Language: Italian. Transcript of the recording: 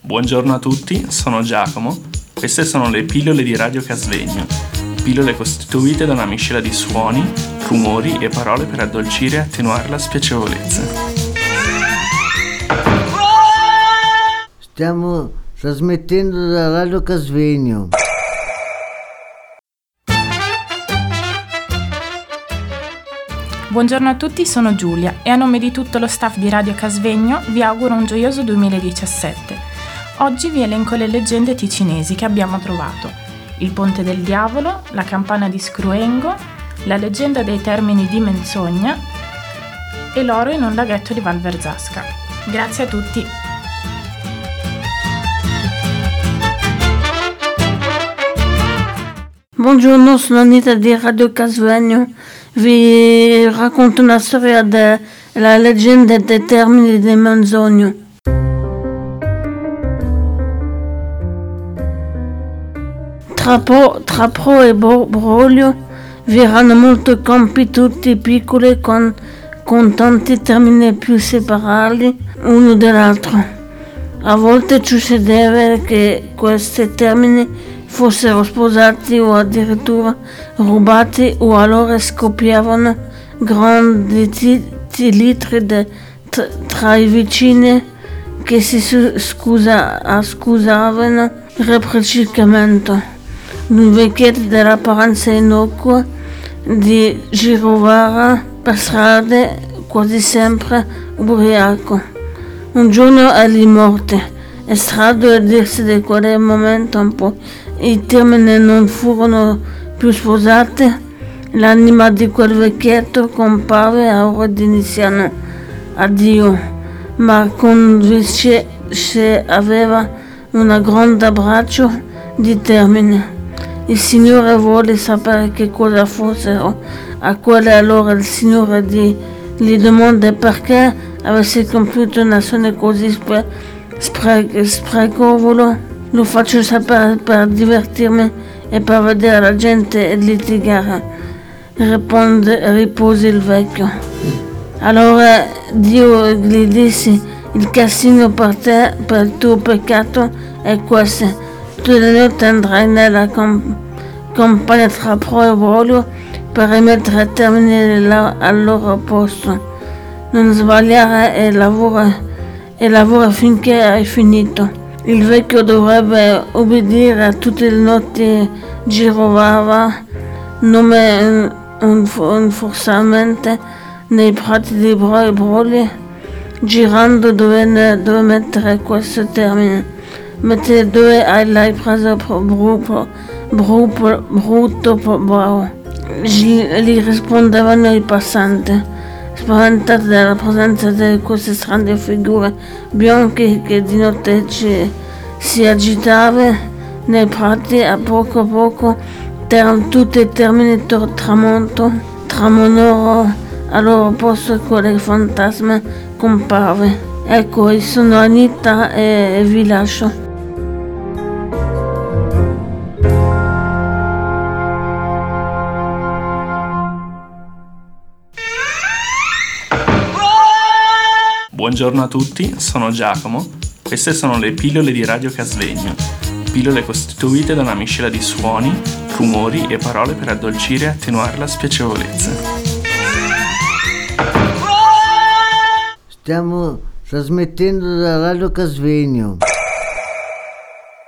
Buongiorno a tutti, sono Giacomo. Queste sono le pillole di Radio Casvegno. Pillole costituite da una miscela di suoni, rumori e parole per addolcire e attenuare la spiacevolezza. Stiamo trasmettendo da Radio Casvegno. Buongiorno a tutti, sono Giulia e a nome di tutto lo staff di Radio Casvegno vi auguro un gioioso 2017. Oggi vi elenco le leggende ticinesi che abbiamo trovato: il Ponte del Diavolo, la campana di Scruengo, la leggenda dei termini di Menzogna e l'oro in un laghetto di Val Verzasca. Grazie a tutti. Buongiorno, sono Anita di Radio Casvegno. Vi racconto una storia della leggenda dei termini di Menzogna. Tra Pro e Broglio vi erano molti campi tutti piccoli con tanti termini più separati uno dall'altro. A volte succedeva che questi termini fossero sposati o addirittura rubati, o allora scoppiavano grandi litri tra i vicini che si scusavano reciprocamente. Un vecchietto dell'apparenza innocua di girovare per strade quasi sempre ubriaco. Un giorno egli morte. È strano a dirsi di quel momento un po'. I termini non furono più sposati. L'anima di quel vecchietto comparve a ora di iniziare addio, ma convince aveva un grande abbraccio di termini. Il Signore vuole sapere che cosa fossero a quelle. Allora il Signore gli domanda perché avesse compiuto un'azione così sprecevole. Lo faccio sapere per divertirmi e per vedere la gente litigare, rispose il vecchio. Allora Dio gli disse: il castigo per te, per il tuo peccato è questo: tu le notti andrai nella campagna tra Pro e Broglio per rimettere termini al loro posto. Non sbagliare e lavora finché hai finito. Il vecchio dovrebbe obbedire a tutte le notti, girovava forzosamente nei prati di Broglio, girando dove mettere questo termine. Mentre dove l'hai preso brutto bravo, gli rispondevano i passanti, spaventati dalla presenza di queste strane figure bianche che di notte si agitavano nei prati. A poco erano tutti i termini tramonoro al loro posto. Quelle fantasma comparve. Ecco, io sono Anita e vi lascio. Buongiorno a tutti, sono Giacomo. Queste sono le pillole di Radio Casvegno. Pillole costituite da una miscela di suoni, rumori e parole per addolcire e attenuare la spiacevolezza. Stiamo trasmettendo da Radio Casvegno.